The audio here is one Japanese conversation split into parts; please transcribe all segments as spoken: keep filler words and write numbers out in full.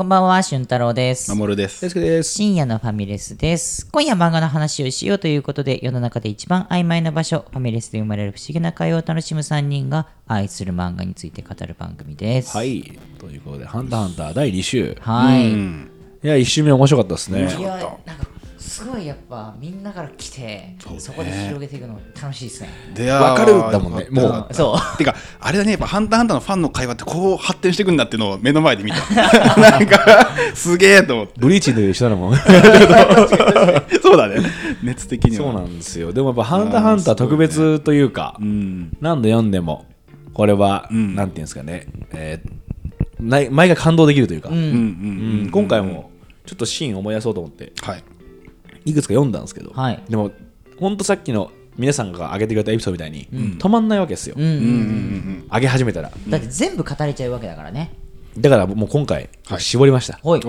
こんばんは、俊太郎です。 守です。 大輔です。 深夜のファミレスです。今夜漫画の話をしようということで、世の中で一番曖昧な場所、ファミレスで生まれる不思議な会話を楽しむさんにんが愛する漫画について語る番組です。 はい。ということで、ハンターハンターだいに週。 はい。 いや、いち週目面白かったですね。 いや、なんかすごいやっぱみんなから来て、そ, ね、そこで広げていくの楽しいですね。 で、分かるんだもんね。もう。 そう。 てか、あれだね、やっぱハンターハンターのファンの会話ってこう発展していくんだっていうのを目の前で見た。なんか、すげえと思って。 ブリーチで一緒だもん。 そうだね。熱的には。 そうなんですよ。でもやっぱハンターハンター特別というか、う、ね、何度読んでも、これは、うん、なんていうんですかね、えー、毎回感動できるというか、今回もちょっとシーン思い出そうと思って、はい、いくつか読んだんですけど、はい、でもほんとさっきの皆さんが挙げてくれたエピソードみたいに、うん、止まんないわけですよ、上げ始めたら。 だって全部語れちゃうわけだからね。 だからもう今回、はい、絞りました。はい、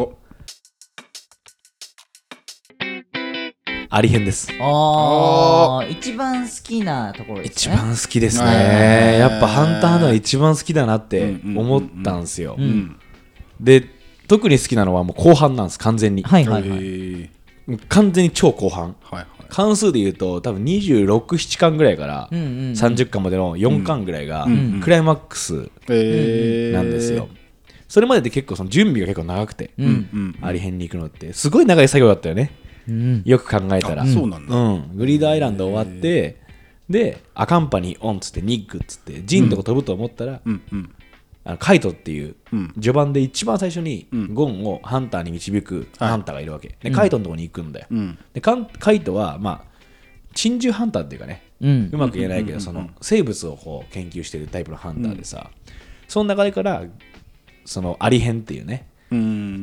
アリ編です。 ああ、一番好きなところですね。 一番好きですね。やっぱハンターハンター一番好きだなって思ったんですよ。で、特に好きなのはもう後半なんです、完全に。はいはいはい。完全に超後半。はいはい、関数で言うと多分にじゅうろく、ななかんぐらいからさんじゅっかんまでのよんかんぐらいがクライマックスなんですよ。それまでって結構その準備が結構長くて、アリ編に行くのってすごい長い作業だったよね。うん、よく考えたら、 あ、そうなんだ、 うん、グリードアイランド終わってでアカンパニーオンっつってニッグっつってジンとか飛ぶと思ったら、うんうん、あのカイトっていう、うん、序盤で一番最初にゴンをハンターに導くハンターがいるわけ、でカイトのところに行くんだよ、うん、でカイトはまあ珍獣ハンターっていうかね、うん、うまく言えないけど、その生物をこう研究してるタイプのハンターでさ、うん、その中でからそのアリ編っていうね、うん、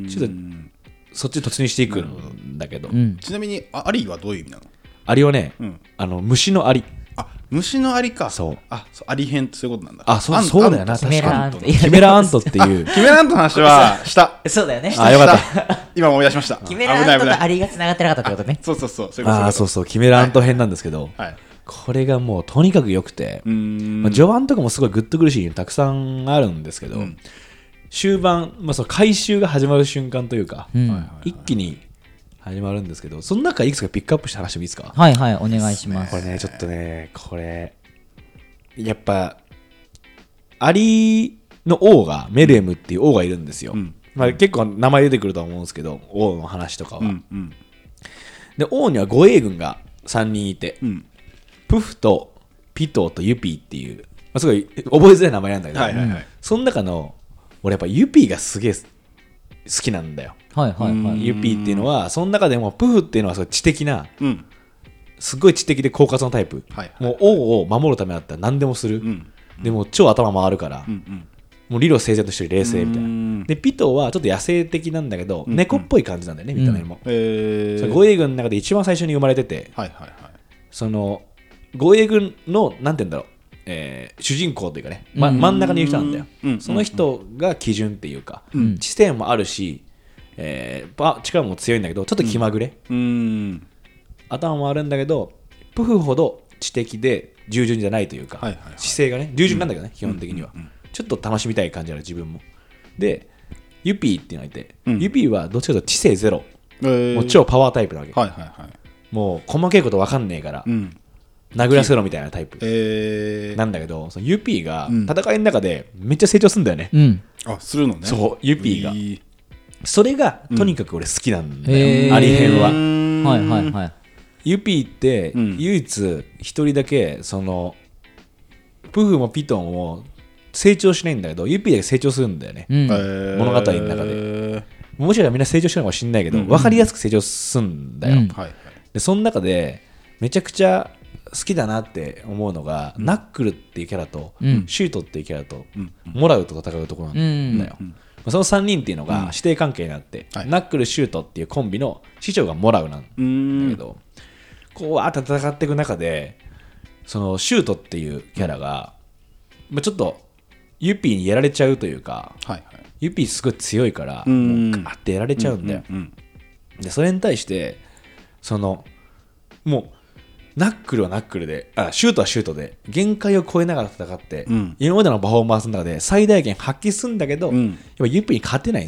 ちょっとそっちに突入していくんだけど、うん、 ちなみにアリはどういう意味なの？ アリはね、うん、あの虫のアリ。 あ、虫のアリか。 そう。 あ、そう、アリ編ってそういうことなんだ。 あ、そう、そうだよな。確かに。キメラアントっていう。 キメラアントの話はしたそうだよね。 あ、よかった。 今思い出しました。 キメラアントとアリが繋がってなかったってことね。 そうそうそう。 あ、そうそう。キメラアント編なんですけど、はい、これがもうとにかく良くて、まあ、序盤とかもすごいグッとくるシーンたくさんあるんですけど、うん、終盤、まあ、その回収が始まる瞬間というか、うん、一気に始まるんですけど、その中いくつかピックアップして話してもいいですか？ はいはい、お願いします。 これね、ちょっとね、これやっぱアリの王がメルエムっていう王がいるんですよ、うん、まあ、結構名前出てくるとは思うんですけど、王の話とかは、うんうん、で王には護衛軍がさんにんいて、うん、プフとピトーとユピーっていう、まあ、すごい覚えづらい名前なんだけど、はいはいはい、その中の俺やっぱユピーがすげえ好きなんだよ。はいはいはい、ユピーっていうのはその中でもプフっていうのはすごい知的な、うん、すごい知的で狡猾なタイプ、はいはい、もう王を守るためだったら何でもする、うんうん、でも超頭回るから、うんうん、もう理路整然としてる冷静みたいな。でピトーはちょっと野生的なんだけど、うんうん、猫っぽい感じなんだよね、見た目も、うん、えー、護衛軍の中で一番最初に生まれてて、はいはいはい、その護衛軍のなんて言うんだろう、えー、主人公というかね、ま、真ん中にいる人なんだよ、うん、その人が基準っていうか、うん、知性もあるし、えー、力も強いんだけどちょっと気まぐれ、うん、頭もあるんだけどプフほど知的で従順じゃないというか、はいはいはい、姿勢がね従順なんだけどね、うん、基本的には、うんうんうん、ちょっと楽しみたい感じある自分も。でユピーっていうのがいて、うん、ユピーはどっちかというと知性ゼロ、えー、もう超パワータイプなわけ、はいはいはい、もう細かいこと分かんねえから、うん、殴らせろみたいなタイプ、えー、なんだけど、そのユピーが戦いの中でめっちゃ成長するんだよね、うん、 あ、するのね。 そう、ユピーが、えー、それがとにかく俺好きなんだよ、うん、アリ編は。はいはいはい。ユピーって唯一一人だけそのプフもピトンも成長しないんだけど、ユピーだけ成長するんだよね、うん、物語の中で。もしかしたらみんな成長してるのかもしれないけど、うん、分かりやすく成長するんだよ、うん、でその中でめちゃくちゃ好きだなって思うのが、うん、ナックルっていうキャラと、うん、シュートっていうキャラと、うん、モラウと戦うところなんだよ、うんうん、そのさんにんっていうのが師弟関係になって、うん、ナックルシュートっていうコンビの師匠がモラウなんだけど、こうわーって戦っていく中でそのシュートっていうキャラが、まあ、ちょっとユピーにやられちゃうというか、はいはい、ユピーすごい強いからもうガーってやられちゃうんだよ、うんうんうん、でそれに対してそのもうナックルはナックルで、あ、シュートはシュートで限界を超えながら戦って、うん、今までのパフォーマンスの中で最大限発揮するんだけど、うん、やっぱユピーに勝てないん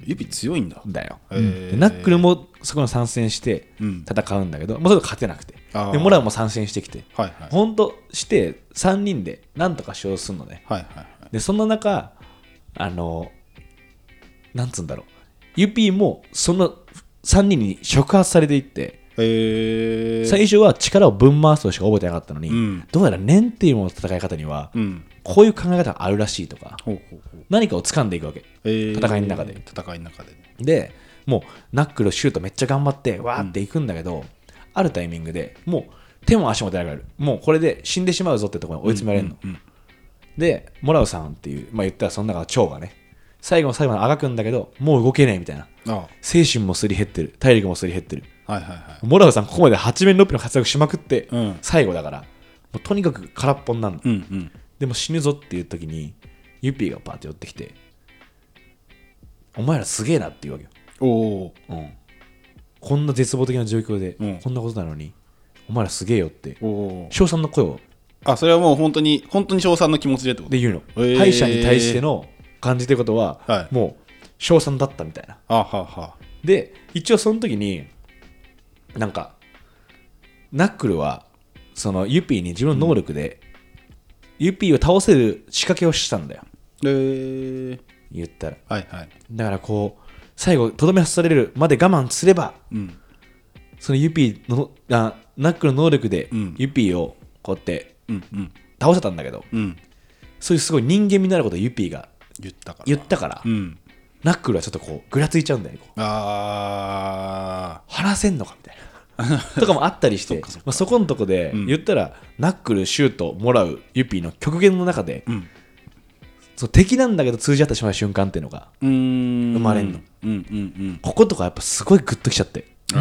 ユピ強いんだ。 だよ、 へーでナックルもそこに参戦してうん戦うんだけど、もうそれ勝てなくて、 あーでモラウも参戦してきて、 はいはいほんとしてさんにんでなんとか使用するのね。 はいはいはい。 でそんな中あのなんつうんだろう、ユピーもそのさんにんに触発されていって、 へー最初は力をぶん回すとしか覚えてなかったのに、 うんどうやら念っていうものの戦い方には、 うんこういう考え方があるらしいとか、 ほうほうほう。 何かを掴んでいくわけ。 えー戦いの中で戦いの中でね。 でもうナックルシュートめっちゃ頑張ってわーっていくんだけど、あるタイミングでもう手も足も出なくなる、もうこれで死んでしまうぞってところに追い詰められるの、 うんうんでモラウさんっていう、まあ、言ったらその中の長がね、最後の最後まであがくんだけどもう動けねえみたいな、 あ精神もすり減ってる、体力もすり減ってる、 はいはいはい。 モラウさんここまではち面ろっぴの活躍しまくって、 うん最後だからもうとにかく空っぽになるの、 うんうんでも死ぬぞっていう時にユピーがパーって寄ってきて、お前らすげえなって言うわけよ、 おお。 うん、こんな絶望的な状況で、 うんこんなことなのにお前らすげえよっておお。 称賛の声をあ、それはもう本当に本当に称賛の気持ちでってことで言うの、 へー敗者に対しての感じてることは、 はいもう称賛だったみたいな。 あはは。 で一応その時になんかナックルはそのユピーに自分の能力で、ユピーを倒せる仕掛けをしたんだよ、 えー、 言ったら。 はいはい。 だからこう最後とどめ刺されるまで我慢すれば、 うんそのユピーのあナックルの能力でうんユピーをこうやってうんうん倒せたんだけど、 うん。 そういうすごい人間味のあることをユピーが言ったから。 言ったから、 うん。 ナックルはちょっとこうぐらついちゃうんだよね、こうあ話せんのかみたいなとかもあったりしてそ,、まあ、そこのとこで、 うん言ったらナックルシュートもらうユピーの極限の中で、 ーうん。 そう敵なんだけど通じ合ってしまう瞬間っていうのがうーん。 生まれんのうんうんうん。 こことかやっぱすごいグッときちゃって、 へ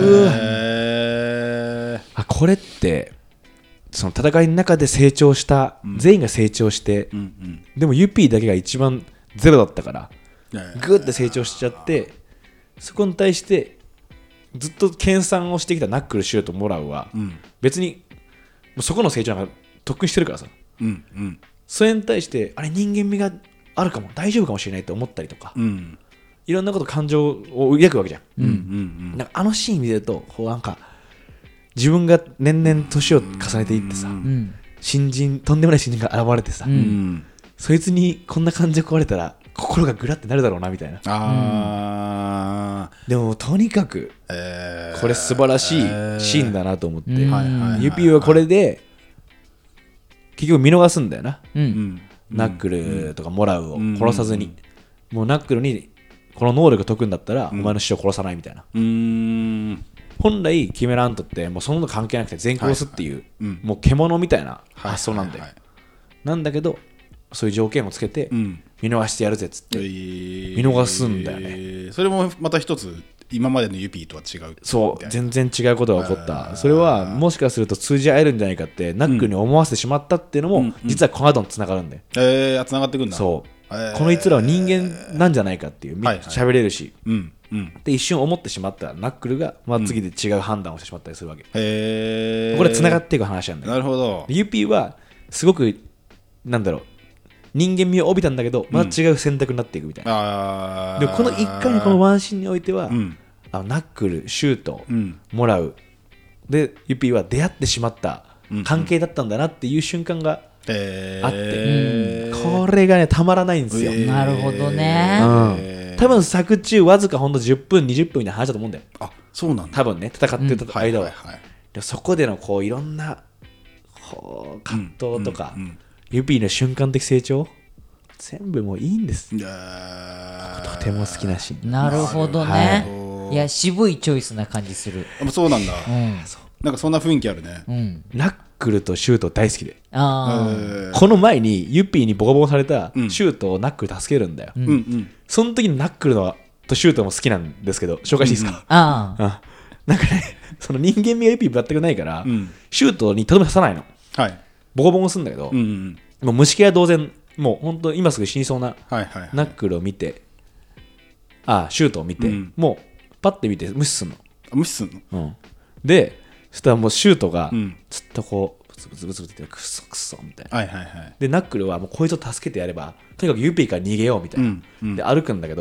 ーあこれってその戦いの中で成長した、全員が成長して、 うんうん。 でもユピーだけが一番ゼロだったからいやいやグッて成長しちゃって、そこに対してずっと研鑽をしてきたナックルシュートもらうは、 うん別にもうそこの成長なんかとっくにしてるからさ、 うんうんそれに対してあれ人間味があるかも大丈夫かもしれないって思ったりとか、 うんいろんなこと感情を抱くわけじゃん、 うんうんなんかあのシーン見てるとこうなんか自分が年々年を重ねていってさ、 うん新人とんでもない新人が現れてさ、 ううんん。 そいつにこんな感情壊れたら心がグラってなるだろうなみたいな。 あでもとにかくーえーこれ素晴らしいシーンだなと思って、 うんはいはいはいユピーはこれで結局見逃すんだよな、 ううんんナックルとかモラウをうん殺さずに、もうナックルにこの能力解くんだったらおん前の師匠殺さないみたいな、 うーん本来キメラントってもうそんなの関係なくて全殺すっていう、 はいはいうんもう獣みたいなはい発想なんだよ、 はいはいなんだけどそういう条件をつけてうん見逃してやるぜっつって、 見見逃すんだよねそれもまた一つ今までのユピーとは違うそうみたいな全然違うことが起こっあたーそれはもしかすると通じ合えるんじゃないかってナックルに思わせてしまったっていうのも、 うん実はこの後につながるんだよ、 えー、つながってくんだそう、 えーこの逸らは人間なんじゃないかっていうはいはい喋、れるしうんうんで一瞬思ってしまったナックルが、まあ、次で違う判断をしてしまったりするわけ、 へえこれつながっていく話なんだよ、 なるほどユピーはすごくなんだろう人間味を帯びたんだけどまた違う選択になっていくみたいな、 あーでもこのいっかいのこのワンシーンにおいては、 うんあのナックルシュート、 うんもらうでユピーは出会ってしまった関係だったんだなっていう瞬間がえーあって、これがねたまらないんですよ、 えーなるほどねうん、多分作中わずかほんとじゅっぷんにじゅっぷんみたいな話だと思うんだよあそうなんだ多分ね戦ってた間は,、 はいはいはいでそこでのこういろんなこう葛藤とか、 うんうんユピーの瞬間的成長全部もういいんですいやーとても好きなシーンなるほどはねいや渋いチョイスな感じするあそうなんだうんなんかそんな雰囲気あるねうんナックルとシュート大好きでああえーこの前にユピーにボコボコされたうんシュートをナックル助けるんだよ、 うんうんその時にナックルのとシュートも好きなんですけど紹介していいですか、 あああなんかねその人間味がユピー全くないから、 うんシュートにとどめ刺さないのはいボコボコするんだけど、 うんうんもう虫気は同然もう本当今すぐ死にそうなはいはいはいナックルを見てあシュートを見て、 うんもうパッて見て無視すんの、 あ無視すんのうん、でそしたらもうシュートがうんずっとこうブツブツブツブツってクソクソみたいな、 はいはいはいでナックルはもうこいつを助けてやればとにかくユピーから逃げようみたいな、 うんうんで歩くんだけど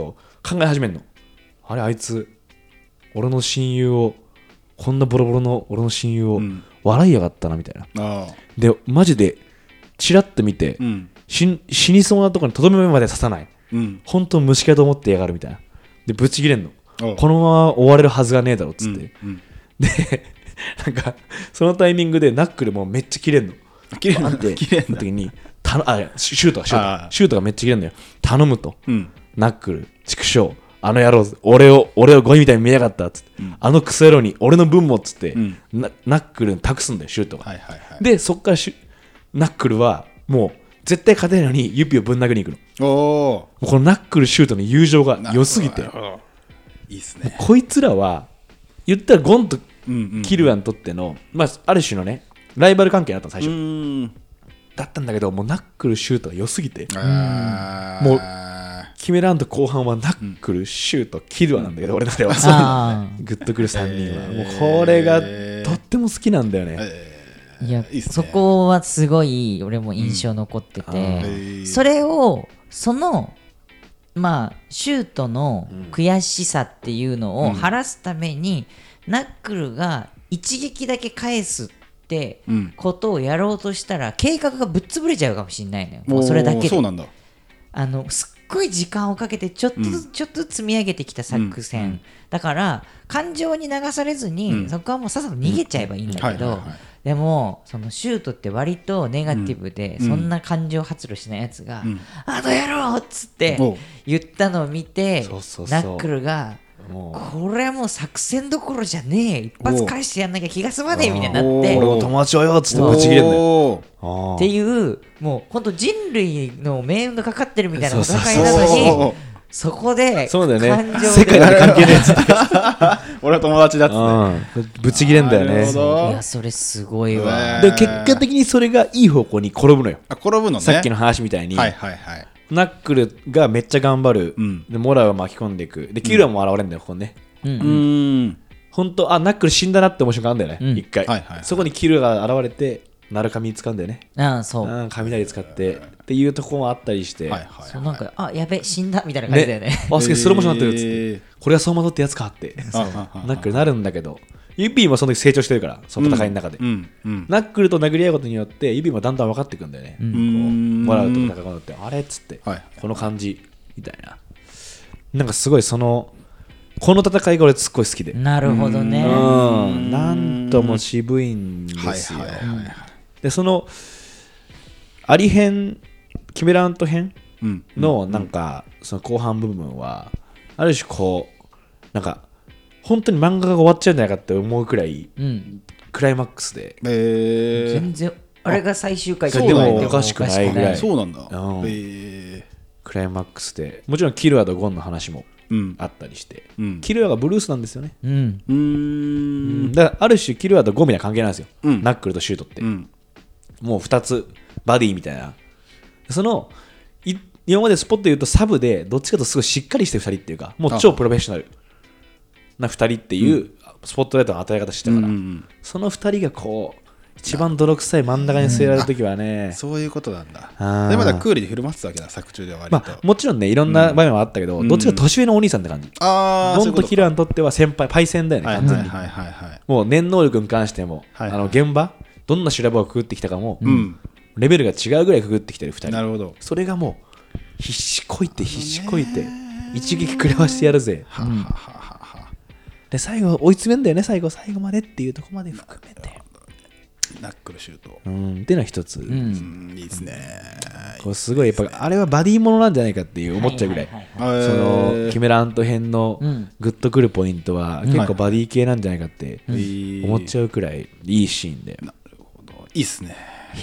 考え始めんの。あれあいつ俺の親友をこんなボロボロの俺の親友を笑いやがったなみたいな、 あでマジでチラッと見て、 ーうん死, 死にそうなところにとどめまで刺さない、 うん本当虫けと思ってやがるみたいなでブチ切れんの。 おうこのまま終われるはずがねえだろっつって、 うんうんでなんかそのタイミングでナックルもめっちゃ切れんの。 切れんのバンって切れんだの時にたあシシュートがシュートあーがシュートがめっちゃ切れんのよ。頼むと、 うんナックル畜生あの野郎俺を俺をゴミみたいに見やがったっつって、 うんあのクソ野郎に俺の分もっつって、 うんなナックルに託すんだよシュートが、 はいはいはいでそっからシュナックルはもう絶対勝てないのにユピをぶん殴りに行くの。 おもうこのナックルシュートの友情がお良すぎて、 いいっすねこいつらは言ったらゴンとうんうんキルアにとっての、まあ、ある種のねライバル関係だったの最う初、 んだったんだけどもうナックルシュートが良すぎてあーもう決めらんと後半はナックル、シュートキルアなんだけど、俺の中ではあグッとくるさんにんは、 えーもうこれがとっても好きなんだよね、 えあいやいいっすねそこはすごい俺も印象残ってて、 うんあーそれをそのまあシュートの悔しさっていうのを晴らすために、ナックルが一撃だけ返すってうんことをやろうとしたら計画がぶっ潰れちゃうかもしれないのよ。もうそれだけでおーそうなんだあのすっごい時間をかけてちょっとずつ、ちょっとずつ積み上げてきた作戦、 うんうんだから感情に流されずに、 うんそこはもうさっさと逃げちゃえばいいんだけど、 はいはいはいでもそのシュートって割とネガティブで、 うんそんな感情発露しないやつが、 うんあの野郎っつっておう言ったのを見てそうそうそうナックルがもこれはもう作戦どころじゃねえ一発返してやんなきゃ気が済まねえみたいになっおてう俺も友達をよっつってぶち切れんだよおーあーっていうもう本当人類の命運がかかってるみたいなそうそう戦いなのにおーそこでそうだよね感情で世界なんて関係ねえっつって俺は友達だっつってうんぶち切れんだよなるねほどいやそれすごいわうで結果的にそれがいい方向に転ぶのよ、 あ転ぶのねさっきの話みたいに、 はいはいはいナックルがめっちゃ頑張る、 うんでモラを巻き込んでいくでキルアも現れるんだよここねうんうーん本当あナックル死んだなって思う瞬間あるんだよね、 うん一回、 はいはいはいそこにキルアが現れて鳴る髪使うんだよねああそううん雷使ってっていうところもあったりして、 はいはいそうなんかあやべ死んだみたいな感じだよねあすげえスローモーションになってるっつって、 えーこれが相馬灯ってやつかってあああナックルなるんだけどユピーもその時成長してるからその戦いの中で、 うんうんナックルと殴り合うことによってユピーもだんだん分かっていくんだよね、 うんこうモラウと戦うのってあれっつって、 はいこの感じみたいななんかすごいそのこの戦いが俺すっごい好きで、 なるほどねうん、なんとも渋いんですよ、 はいはいはいはいでそのアリ編キメラント編うんのなんかその後半部分はある種こうなんか本当に漫画が終わっちゃうんじゃないかって思うくらいうんクライマックスでえ全然あれが最終回かそうなんだでもおかしくないぐらーいそうなんだうんえクライマックスでもちろんキルアとゴンの話もーうんあったりしてうんキルアがブルースなんですよね、 うんうーんだからある種キルアとゴンみたいな関係なんですよ、 うんナックルとシュートって、 うんもうふたつバディみたいなそのい今までスポットで言うとサブでどっちかというとすごいしっかりしてるふたりっていうかもう超プロフェッショナルなふたりっていうスポットライトの与え方してたから、 うんうんそのふたりがこう一番泥臭い真ん中に据えられるときはね、 そういうことなんだあーでまだクールに振る舞ってたわけだ作中では割とまあ、もちろんねいろんな場面はあったけど、 うんどっちか年上のお兄さんって感じ、 ああゴンとキルアにとっては先輩パイセンだよね、 はい完全に、 はいはいはいはいもう念能力に関しても、 はいあの現場どんな修羅場をくぐってきたかも、 うんレベルが違うぐらいくぐってきてるふたりなるほどそれがもう必死こいて必死こいて一撃食らわしてやるぜはははははで最後追い詰めんだよね最後最後までっていうところまで含めてナックルシュートうんっていうのは一つ、 うんうんいいですねこうすごいやっぱあれはバディものなんじゃないかっていう思っちゃうぐらい、 はいはいはいそそのキメラント編のうんグッとくるポイントはうん結構バディ系なんじゃないかって思思っちゃうくらいいいシーンでなるほどいいっすね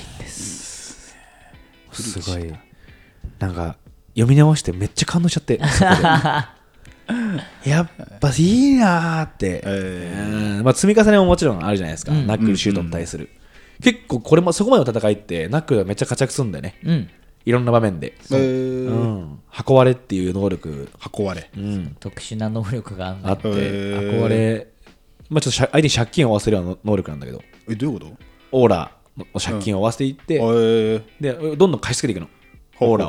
すごいなんか読み直してめっちゃ感動しちゃってそこでやっぱいいなーって、 えうんまあ、積み重ねももちろんあるじゃないですか、 うんナックルシュートに対する、結構これもそこまでの戦いってナックルがめっちゃ活躍するんだよねうんいろんな場面で、 えうん、運ばれっていう能力、 箱割れうん、 特殊な能力があるあって、 へー運ばれ、まあ、ちょっとしゃ相手に借金を負わせるような能力なんだけどえどういうことオーラの借金を負わせていって、 えーでどんどん貸し付けていくのオーラを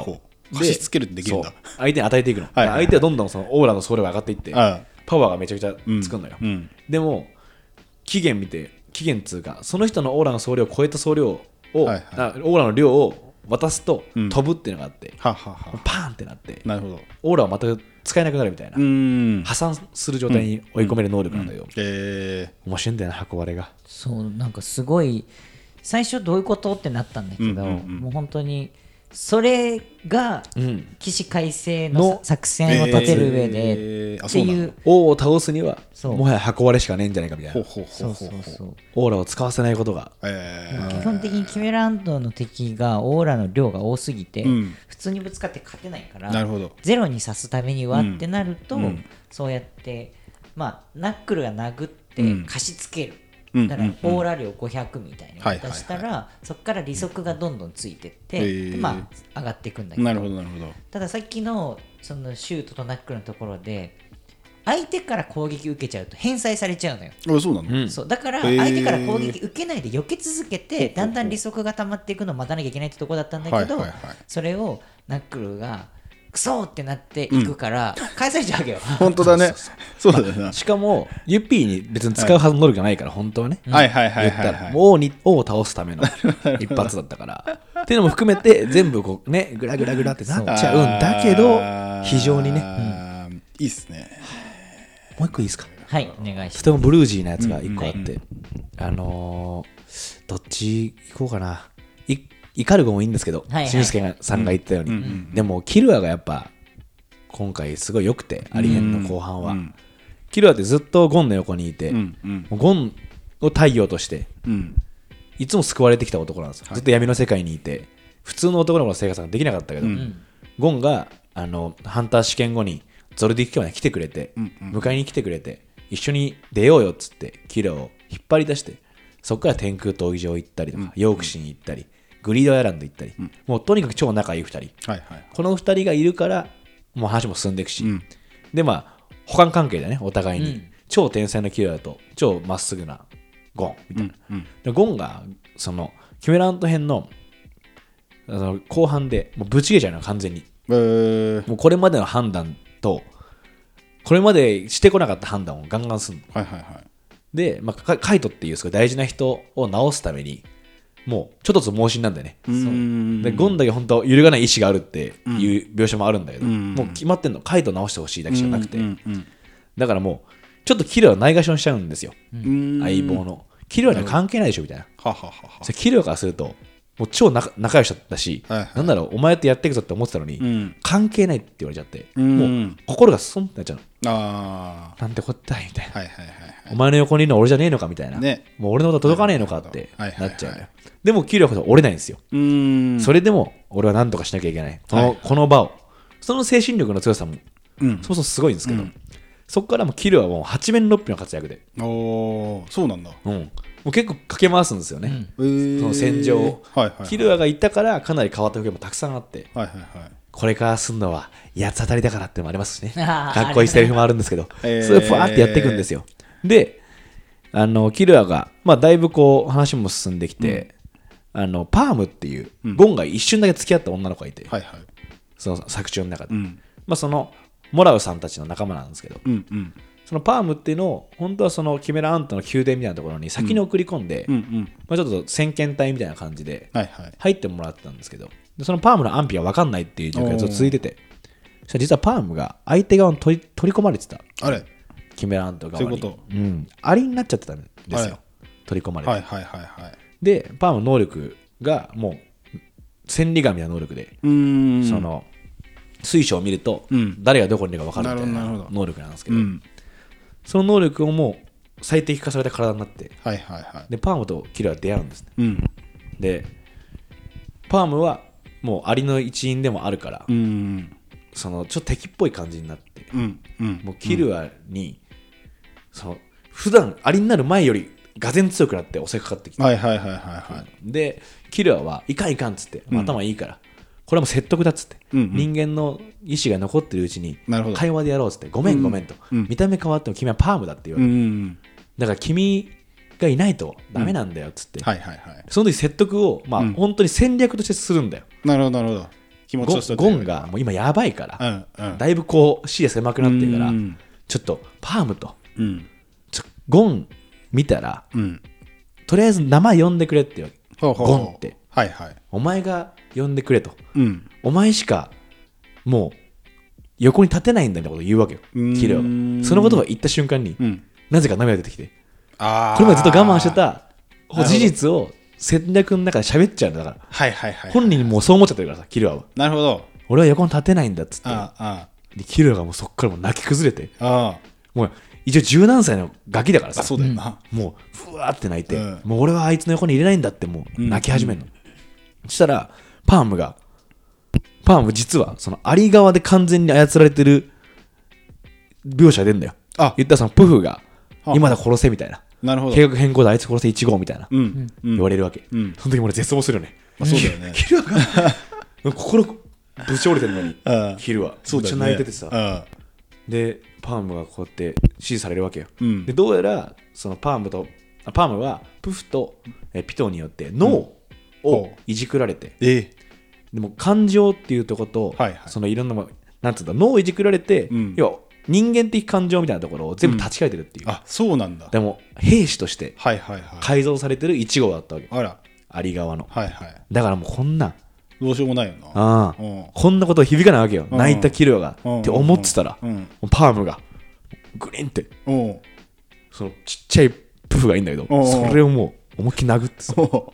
貸し付けるってできるんだ。 そう相手に与えていくの、 はいはいはい相手はどんどんそのオーラの総量が上がっていってあパワーがめちゃくちゃつくのよ、 うんうんでも期限見て期限つうかその人のオーラの総量を超えた総量を、 はいはいあオーラの量を渡すとうん飛ぶっていうのがあって、 はははパーンってなってなるほど。 オーラは全く使えなくなるみたいな、 うーん。 破産する状態に追い込める能力なんだけど、 え面白いんだよな箱割れが。 そうなんかすごい最初どういうことってなったんだけど、 うんうんうんもう本当にそれがうん起死回生のの作戦を立てる上でえーあっていそうなのう、 王を倒すにはそうもはや箱割れしかねえんじゃないかみたいなほうほうほそううほうほう。 そうそうオーラを使わせないことがえ基本的にキメランドの敵がオーラの量が多すぎて、 うん普通にぶつかって勝てないからー、なるほど。 ゼロに刺すためにはってなると、 うんそうやって、まあ、ナックルが殴ってうん貸し付ける、 うんだからうんうんオーラ量ごひゃくみたいに渡したら、そこから利息がどんどんついてって、 へーでまあ、上がっていくんだけどなるほどなるほど。 たださっきのそのシュートとナックルのところで相手から攻撃受けちゃうと返済されちゃうのよ、 あそうなの。 うんそうだからへー相手から攻撃受けないで避け続けてだんだん利息が溜まっていくのを待たなきゃいけないってとこだったんだけど、 はいはいはいそれをナックルがクソーってなっていくから返されちゃうわけよ、 本当だね。そうだよな。 しかもユッピーに別に使うはずの能力がないから本当はね、 はいはいはい言ったらはいはい。 もう王に王を倒すための一発だったからっていうのも含めて全部こうねグラグラグラってなっちゃうんだけど非常にね、 ね。いいっすね。 もう一個いいですか。 はいお願いしますとてもブルージーなやつが一個あっうんて、あのーどっち行こうかな。イイカルゴもいいんですけど、 はいはいしんすけがさんが言ったように、 うんうんうんでもキルアがやっぱ今回すごい良くて、アリヘンの後半は、 うんキルアってずっとゴンの横にいて、 うんうんもうゴンを太陽としてうんいつも救われてきた男なんですよ、ずっと闇の世界にいて普通の男の子の生活ができなかったけど、 うんゴンがあのハンター試験後にゾルディック家まで来てくれて、 うんうん迎えに来てくれて一緒に出ようよっつってキルアを引っ張り出してそこから天空闘技場行ったりとか、ヨークシン行ったりグリードアイランド行ったり、もうとにかく超仲いいふたり、 はいはい。 このふたりがいるからもう話も進んでいくし、 うんでまあ補完関係だねお互いに、 うん超天才のキルアと超まっすぐなゴンみたいな、 うんでゴンがそのキメラント編のあの後半でもうぶち切れちゃうの完全にえーもうこれまでの判断とこれまでしてこなかった判断をガンガンするのはいはいはい。 で、まあ、カカイトっていうすごい大事な人を治すためにもうちょっとずつ盲信なんだよね、 うーんでゴンだけ本当揺るがない意志があるっていう描写もあるんだけど、 うんもう決まってんのカイトを治してほしいだけじゃなくて、 うんうんだからもうちょっとキルアをないがしろにしちゃうんですよ、 うん相棒のキルアには関係ないでしょみたいなはははは。 それキルアからするともう超仲仲良しだったし、 はいはいなんだろうお前とやっていくぞって思ってたのに、 うん関係ないって言われちゃって、 うんもう心がスンってなっちゃうのあなんてこったいみたいな、 あ。はいはいはいお前の横にいるのは俺じゃねえのかみたいな、 ねもう俺のこと届かねえのかってはいはいはいなっちゃうのよ、でもキルアこそ折れないんですよ、 うーん。 それでも俺は何とかしなきゃいけないこの,、 はいこの場をその精神力の強さもうんそもそもすごいんですけど、そこからもうキルアはもう八面六臂の活躍で、 おーそうなんだ。 うん、もう結構駆け回すんですよね、 えーその戦場をはいはいはい。 キルアがいたからかなり変わった風景もたくさんあってはいはいはい。 これからすんのは八つ当たりだからってのもありますしねあーかっこいいセリフもあるんですけど、 えーそれをふわーってやっていくんですよであのキルアが、まあ、だいぶこう話も進んできて、あのパームっていう、ゴンが一瞬だけ付き合った女の子がいて、 はいはい。 その作中の中で、 うんまあ、そのモラウさんたちの仲間なんですけど、 うんうんそのパームっていうのを本当はそのキメラアントの宮殿みたいなところに先に送り込んで、 うんうん。 まあ、ちょっと先遣隊みたいな感じではいはい。 入ってもらってたんですけど、でそのパームの安否が分かんないっていう状況がずっと続いてて、そしたら実はパームが相手側に取り取り込まれてた、 あれキメラアント側に。 そういうことうん、アリになっちゃってたんですよ、 はい取り込まれて。 はいはいはいはい。 で、パームの能力がもう千里神の能力で、 うーん。 その水晶を見ると、 うん誰がどこにいるか分かるみたいななるほどなるほど能力なんですけど、 うん。 その能力をもう最適化された体になって、 はいはいはい。 でパームとキルは出会うんですね。 うん。 でパームはもうアリの一員でもあるから、 うん。 そのちょっと敵っぽい感じになって、 うん。うん。 もうキルアに、その普段アリになる前よりがぜん強くなって襲いかかってきて、 はいはいはいはいはい。 でキルアはいかんいかんっつって、 うん頭いいからこれはもう説得だっつって、 うんうん人間の意志が残ってるうちになるほど会話でやろうっつってごめんごめんと、 うん見た目変わっても君はパームだって言わうれて、 ん。 だから君がいないとダメなんだよっつって、 はいはいはい。 その時説得を、まあうん本当に戦略としてするんだよ。 なるほどなるほど。 気持ちとしてはゴンゴンがもう今やばいから、 うんうんだいぶこう視野狭くなってるから、 うんちょっとパームとうんちょゴン見たらうんとりあえず名前呼んでくれって言うわけ。 ほうほうほうゴンってはいはいお前が呼んでくれと。 うんお前しかもう横に立てないんだってことを言うわけよ、 うーんキルアは。その言葉を言った瞬間に、 うんなぜか涙が出てきて、 あーこれまでずっと我慢してたなるほど事実を戦略の中で喋っちゃうんだから、 はいはいはい本人もそう思っちゃってるからさ、キルアは。 なるほど俺は横に立てないんだっつって。 ああでキルアがもうそっからもう泣き崩れて、 あもう一応十何歳のガキだからさ、 あそうだよなもうふわーって泣いて、 うんもう俺はあいつの横に入れないんだってもう泣き始めるの、そしたらパームがパーム実はそのアリ側で完全に操られてる描写が出るんだよ。 あ言ったらそのプフがは今だ殺せみたいな、 なるほど計画変更であいつ殺せいち号みたいな、 うんうん言われるわけ、 うんその時も俺絶望するよね。 まあそうだよねキルアが心ぶち折れてるのにうんキルはめっちゃそうだよね泣いててさ、 うんでパームがこうやって指示されるわけよ、 うんでどうやらそのパームとあパームはプフとえピトによって脳をいじくられて、 えでも感情っていうとこと、 はいはいそのいろんなもなんつうんだ脳をいじくられて、 うん要は人間的感情みたいなところを全部断ち切られてるっていう、 あそうなんだでも兵士としてはいはいはい改造されてるいち号だったわけ、 あらアリ側の。 はいはいだからもうこんなどうしようもないよなああうんこんなこと響かないわけよ、 うん泣いたキルアが、 うんって思ってたら、 うんもうパームがグリンってうんそのちっちゃいプフがいいんだけど、 うんそれをもう思いっきり殴ってさ、 お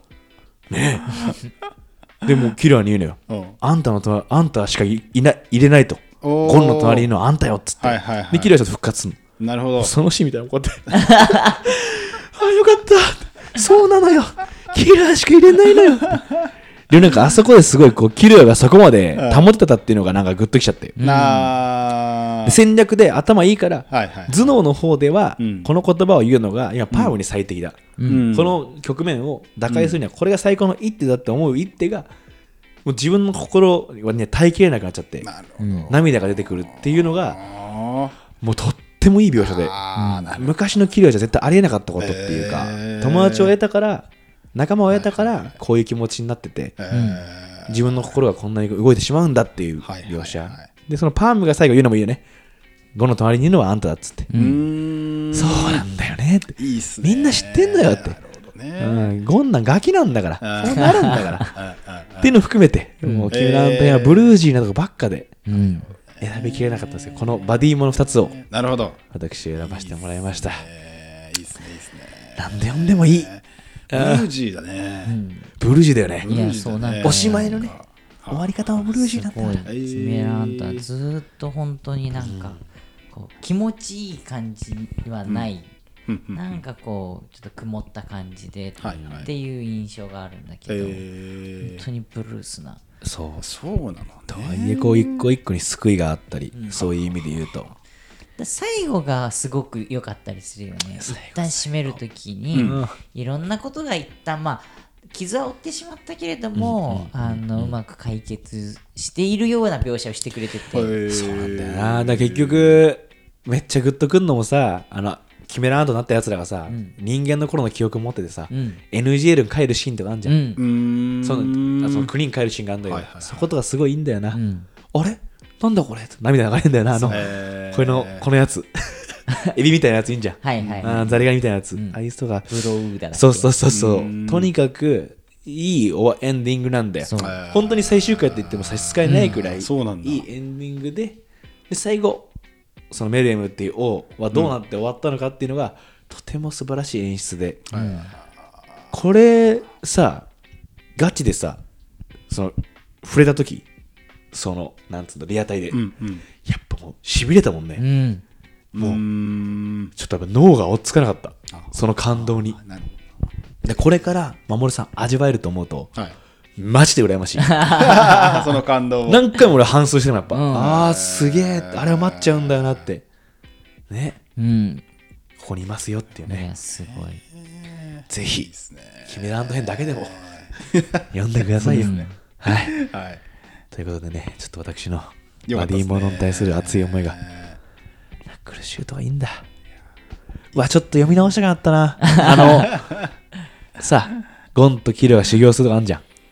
でもうキルアに言うのよ、 うんあんたの隣あんたしかいいない入れないと、 おーゴンの隣にいるのはあんたよっつって、 はいはいはいでキルアちょっと復活するの。 なるほどそのシーンみたいなのこうやってああよかったそうなのよキルアしか入れないのよでもなんかあそこですごいこうキルアがそこまで保ててたっていうのがなんかグッときちゃって、 なで戦略で頭いいから、 はいはい頭脳の方ではうんこの言葉を言うのが今パームに最適だ、 うんこの局面を打開するにはこれが最高の一手だって思う一手がもう自分の心はね耐えきれなくなっちゃってなるほど涙が出てくるっていうのがあもうとってもいい描写で、 あーなる昔のキルアじゃ絶対ありえなかったことっていうか、 へー友達を得たから仲間を得たからこういう気持ちになってて、 えー自分の心がこんなに動いてしまうんだっていうはい描写、 はいはいでそのパームが最後言うのもいいよね。ゴの隣にいるのはあんただっつって、 うーんそうなんだよねっていいっすねみんな知ってんだよって、 なるほどねうん、ゴンなんガキなんだからあーそうなるんだからああっていうのを含めて、もう君のあんたにはブルージーなとこばっかでうん。 選びきれなかったんですよ。このバディモノふたつをなるほど私選ばせてもらいました。 えーいいっすねいいっすねなんで読んでもいい。 ブルージーだねブルージーだよね。 いや、そうなんか。 おしまいのね終わり方もブルージーだったすごいな。 スメランタはずーっと本当になんか、こう気持ちいい感じはない、 うんうんなんかこうちょっと曇った感じではいはいっていう印象があるんだけど、 え本当にブルースな。 そうーそうなのとはいえこう一個一個に救いがあったり、そういう意味で言うと、 で最後がすごく良かったりするよね。一旦締めるときに、 うんいろんなことが一旦まあ傷は負ってしまったけれども、あのうまく解決しているような描写をしてくれてて、 そうなんだよな。だから結局めっちゃグッとくんのもさ、あのキメランドになったやつらがさ、人間の頃の記憶持っててさ、 うんエヌジーエル に帰るシーンとかあるじゃん、 うんうーんそのあその国に帰るシーンがあるんだよ、 はいはいはいそことがすごいいいんだよな、 んあれなんだこれ涙流れるんだよな、あの、 へーこれのこのやつエビみたいなやついいんじゃん、 はいはい、 あーザリガニみたいなやつ、 んああいう人がブローだっけそうそうそうそううんとにかくいいおエンディングなんだよそう本当に最終回って言っても差し支えないくらい、 んそうなんだいいエンディングでで最後そのメルエムっていう王はどうなって終わったのかっていうのが、とても素晴らしい演出で、これさガチでさその触れた時そのなんつうのリアタイで、 うんうんやっぱもうしびれたもんね、 うんもううーんちょっとやっぱ脳が追っつかなかったあその感動になるでこれから守さん味わえると思うとほどはいマジで羨ましいその感動を何回も俺反芻してもやっぱ、 うんああすげえあれを待っちゃうんだよなってねうんここにいますよっていういねやすごいぜひですねキメランド編だけでも読んでくださいよ、 うんはいはいということでねちょっと私のバよかったですねディモノに対する熱い思いがナックルシュートはいいんだうわちょっと読み直したかったなあのさゴンとキルが修行するとかあんじゃん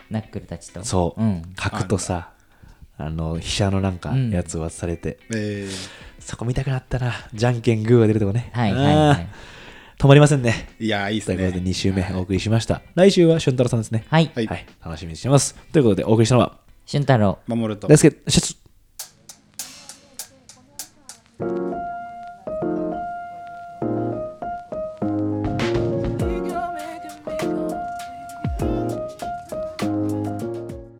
ナックルたちと。 そう、 ん、 角とさあの飛車のなんかやつ渡されて、 えー、 そこ見たくなったな。じゃんけんグーが出るとこね。 はいはいはい。 止まりませんね。 いやーいいっすね。 ということでに週目お送りしました。来週は俊太郎さんですね。 はい。 はいはい、楽しみにしてます。ということでお送りしたのは俊太郎。 守ると大輔シャツ